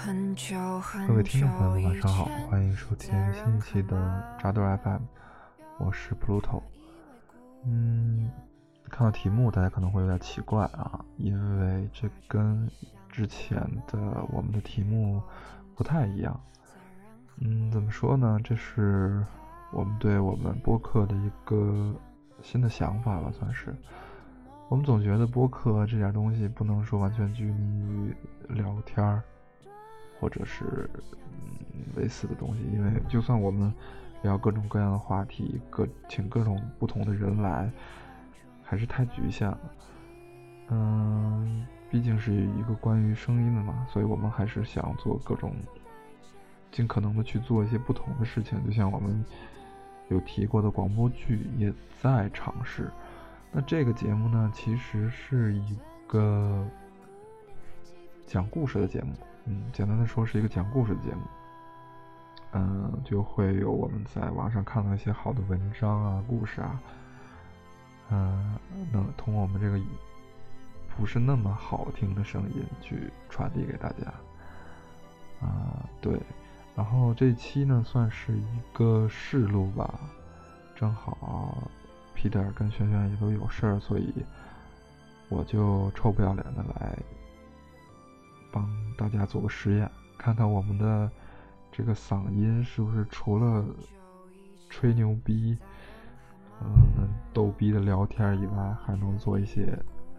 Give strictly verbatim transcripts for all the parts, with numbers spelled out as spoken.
各位听众朋友们晚上好，欢迎收听新一期的扎豆 F M， 我是 Pluto。 嗯，看到题目大家可能会有点奇怪啊，因为这跟之前的我们的题目不太一样。嗯，怎么说呢，这是我们对我们播客的一个新的想法吧，算是。我们总觉得播客这点东西不能说完全拘泥于聊天或者是、嗯、类似的东西，因为就算我们聊各种各样的话题，各请各种不同的人来，还是太局限了。嗯，毕竟是一个关于声音的嘛，所以我们还是想做各种尽可能的去做一些不同的事情，就像我们有提过的广播剧也在尝试。那这个节目呢，其实是一个讲故事的节目，嗯，简单的说是一个讲故事的节目。嗯，就会有我们在网上看到一些好的文章啊、故事啊，嗯，能通过我们这个不是那么好听的声音去传递给大家。啊，对。然后这一期呢，算是一个试录吧，正好Peter 跟轩轩也都有事儿，所以我就臭不要脸的来帮大家做个实验，看看我们的这个嗓音是不是除了吹牛逼、嗯逗逼的聊天以外，还能做一些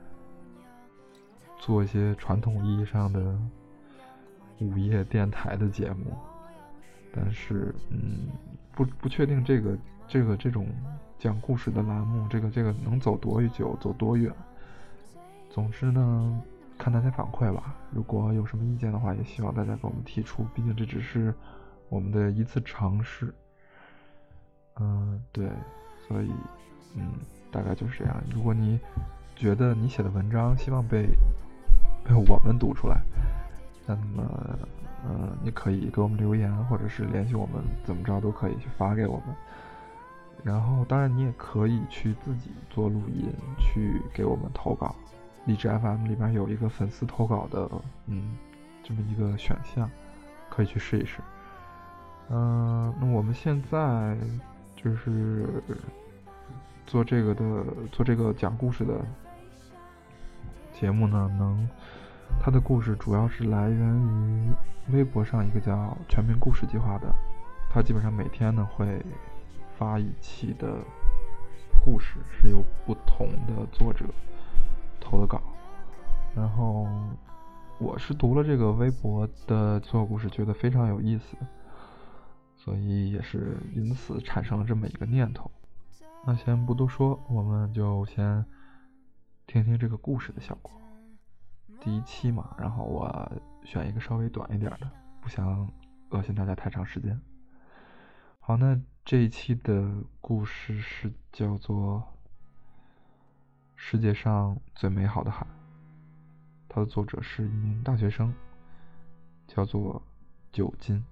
做一些传统意义上的午夜电台的节目。但是嗯不不确定这个这个这种讲故事的栏目，这个这个能走多久，走多远。总之呢，看大家反馈吧。如果有什么意见的话，也希望大家给我们提出，毕竟这只是我们的一次尝试。嗯，对，所以嗯，大概就是这样。如果你觉得你写的文章希望被被我们读出来，那么嗯，你可以给我们留言，或者是联系我们，怎么着都可以去发给我们。然后当然你也可以去自己做录音，去给我们投稿。荔枝 F M 里面有一个粉丝投稿的嗯这么一个选项，可以去试一试。嗯、呃，那我们现在就是做这个的做这个讲故事的节目呢，能它的故事主要是来源于微博上一个叫全民故事计划的，它基本上每天呢会发一期的故事，是由不同的作者投的稿。然后我是读了这个微博的作故事，觉得非常有意思，所以也是因此产生了这么一个念头。那先不多说，我们就先听听这个故事的效果。第一期嘛，然后我选一个稍微短一点的，不想恶心大家太长时间。好，那这一期的故事是叫做世界上最美好的海，它的作者是一名大学生，叫做九金。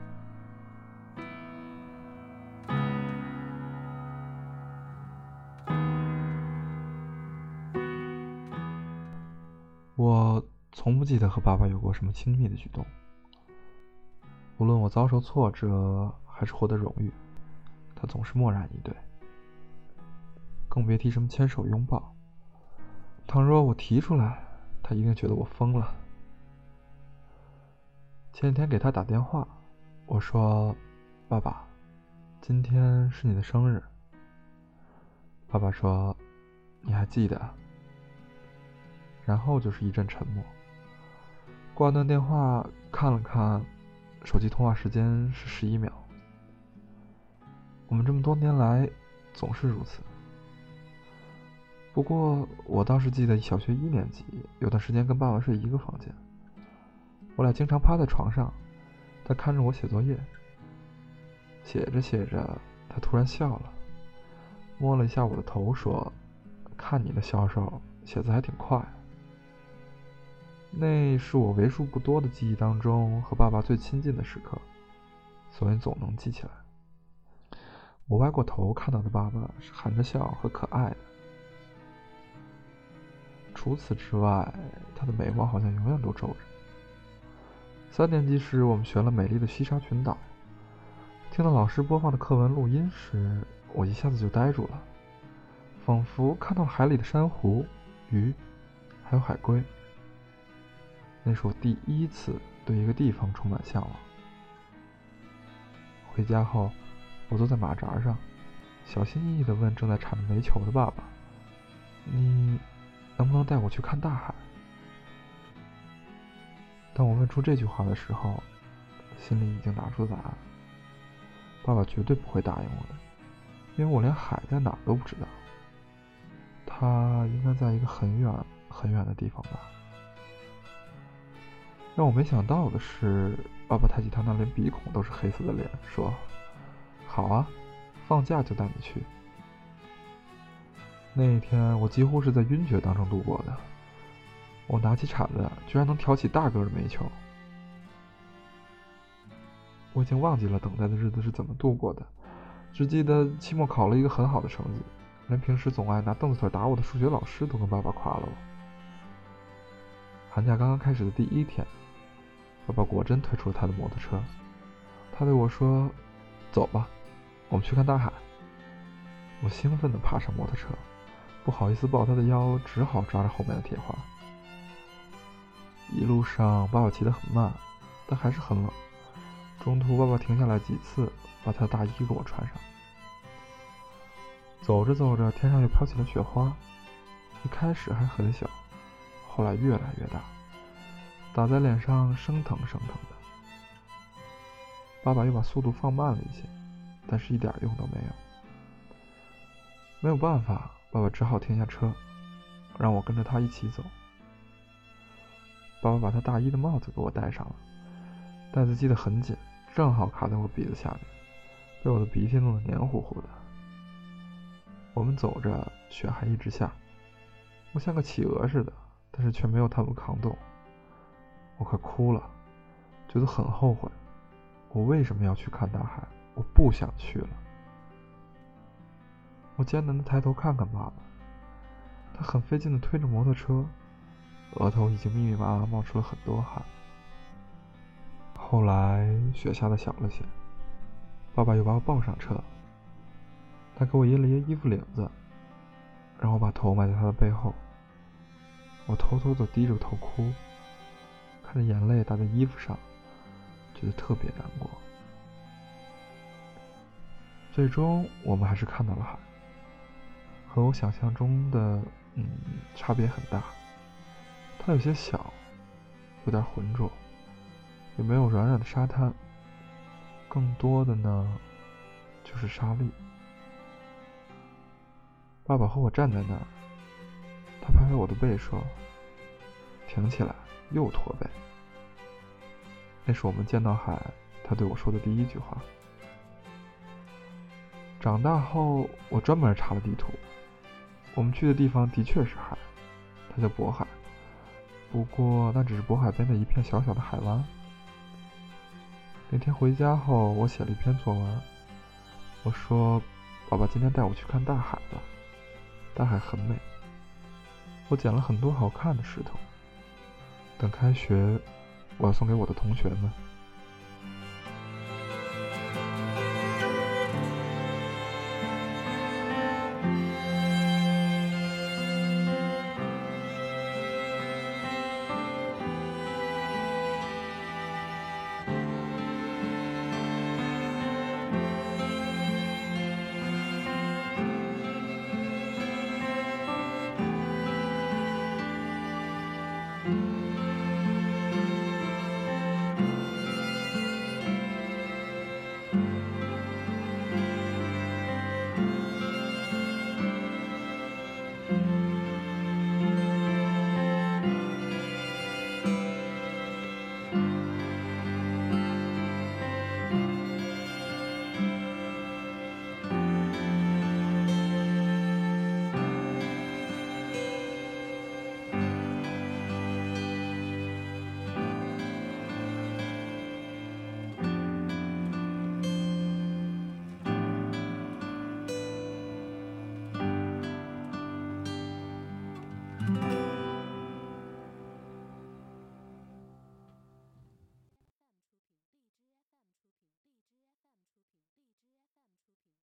我从不记得和爸爸有过什么亲密的举动，无论我遭受挫折还是获得荣誉，他总是默然以对，更别提什么牵手拥抱。倘若我提出来，他一定觉得我疯了。前几天给他打电话，我说：“爸爸，今天是你的生日。”爸爸说：“你还记得？”然后就是一阵沉默。挂断电话，看了看手机通话时间是十一秒。我们这么多年来总是如此。不过我倒是记得小学一年级有段时间跟爸爸睡一个房间，我俩经常趴在床上，他看着我写作业，写着写着他突然笑了，摸了一下我的头说：“看你的消瘦，写字还挺快。”那是我为数不多的记忆当中和爸爸最亲近的时刻，所以总能记起来。我歪过头看到的爸爸是含着笑和可爱的，除此之外，他的眉毛好像永远都皱着。 三年级时，我们学了美丽的西沙群岛。听到老师播放的课文录音时，我一下子就呆住了，仿佛看到了海里的珊瑚、鱼，还有海龟。那是我第一次对一个地方充满向往。回家后，我坐在马扎上，小心翼翼地问正在铲着煤球的爸爸：“你能不能带我去看大海？”当我问出这句话的时候，心里已经拿出答案。爸爸绝对不会答应我的，因为我连海在哪儿都不知道。它应该在一个很远很远的地方吧。让我没想到的是，爸爸抬起他那连鼻孔都是黑色的脸，说：“好啊，放假就带你去。”那一天我几乎是在晕厥当中度过的。我拿起铲子，居然能挑起大个的煤球。我已经忘记了等待的日子是怎么度过的，只记得期末考了一个很好的成绩，连平时总爱拿凳子腿打我的数学老师都跟爸爸夸了我。寒假刚刚开始的第一天，爸爸果真推出了他的摩托车。他对我说：“走吧，我们去看大海。”我兴奋地爬上摩托车，不好意思抱他的腰，只好抓着后面的铁环。一路上爸爸骑得很慢，但还是很冷。中途爸爸停下来几次，把他的大衣给我穿上。走着走着，天上又飘起了雪花，一开始还很小，后来越来越大，打在脸上生疼生疼的。爸爸又把速度放慢了一些，但是一点用都没有。没有办法，爸爸只好停下车，让我跟着他一起走。爸爸把他大衣的帽子给我戴上了，带子系得很紧，正好卡在我鼻子下面，被我的鼻涕弄得黏糊糊的。我们走着，雪还一直下，我像个企鹅似的，但是却没有他们扛动。我快哭了，觉得很后悔，我为什么要去看大海？我不想去了。我艰难地抬头看看爸爸，他很费劲地推着摩托车，额头已经密密麻麻冒出了很多汗。后来雪下得小了些，爸爸又把我抱上车，他给我掖了掖衣服领子，让我把头埋在他的背后。我偷偷地低着头哭，看着眼泪打在衣服上，觉得特别难过。最终我们还是看到了海，和我想象中的嗯差别很大。它有些小，有点浑浊，也没有软软的沙滩，更多的呢就是沙粒。爸爸和我站在那儿，他拍拍我的背说：“挺起来，又驼背。”那是我们见到海他对我说的第一句话。长大后我专门查了地图，我们去的地方的确是海，它叫渤海，不过那只是渤海边的一片小小的海湾。那天回家后，我写了一篇作文，我说爸爸今天带我去看大海了，大海很美。我捡了很多好看的石头，等开学我要送给我的同学们。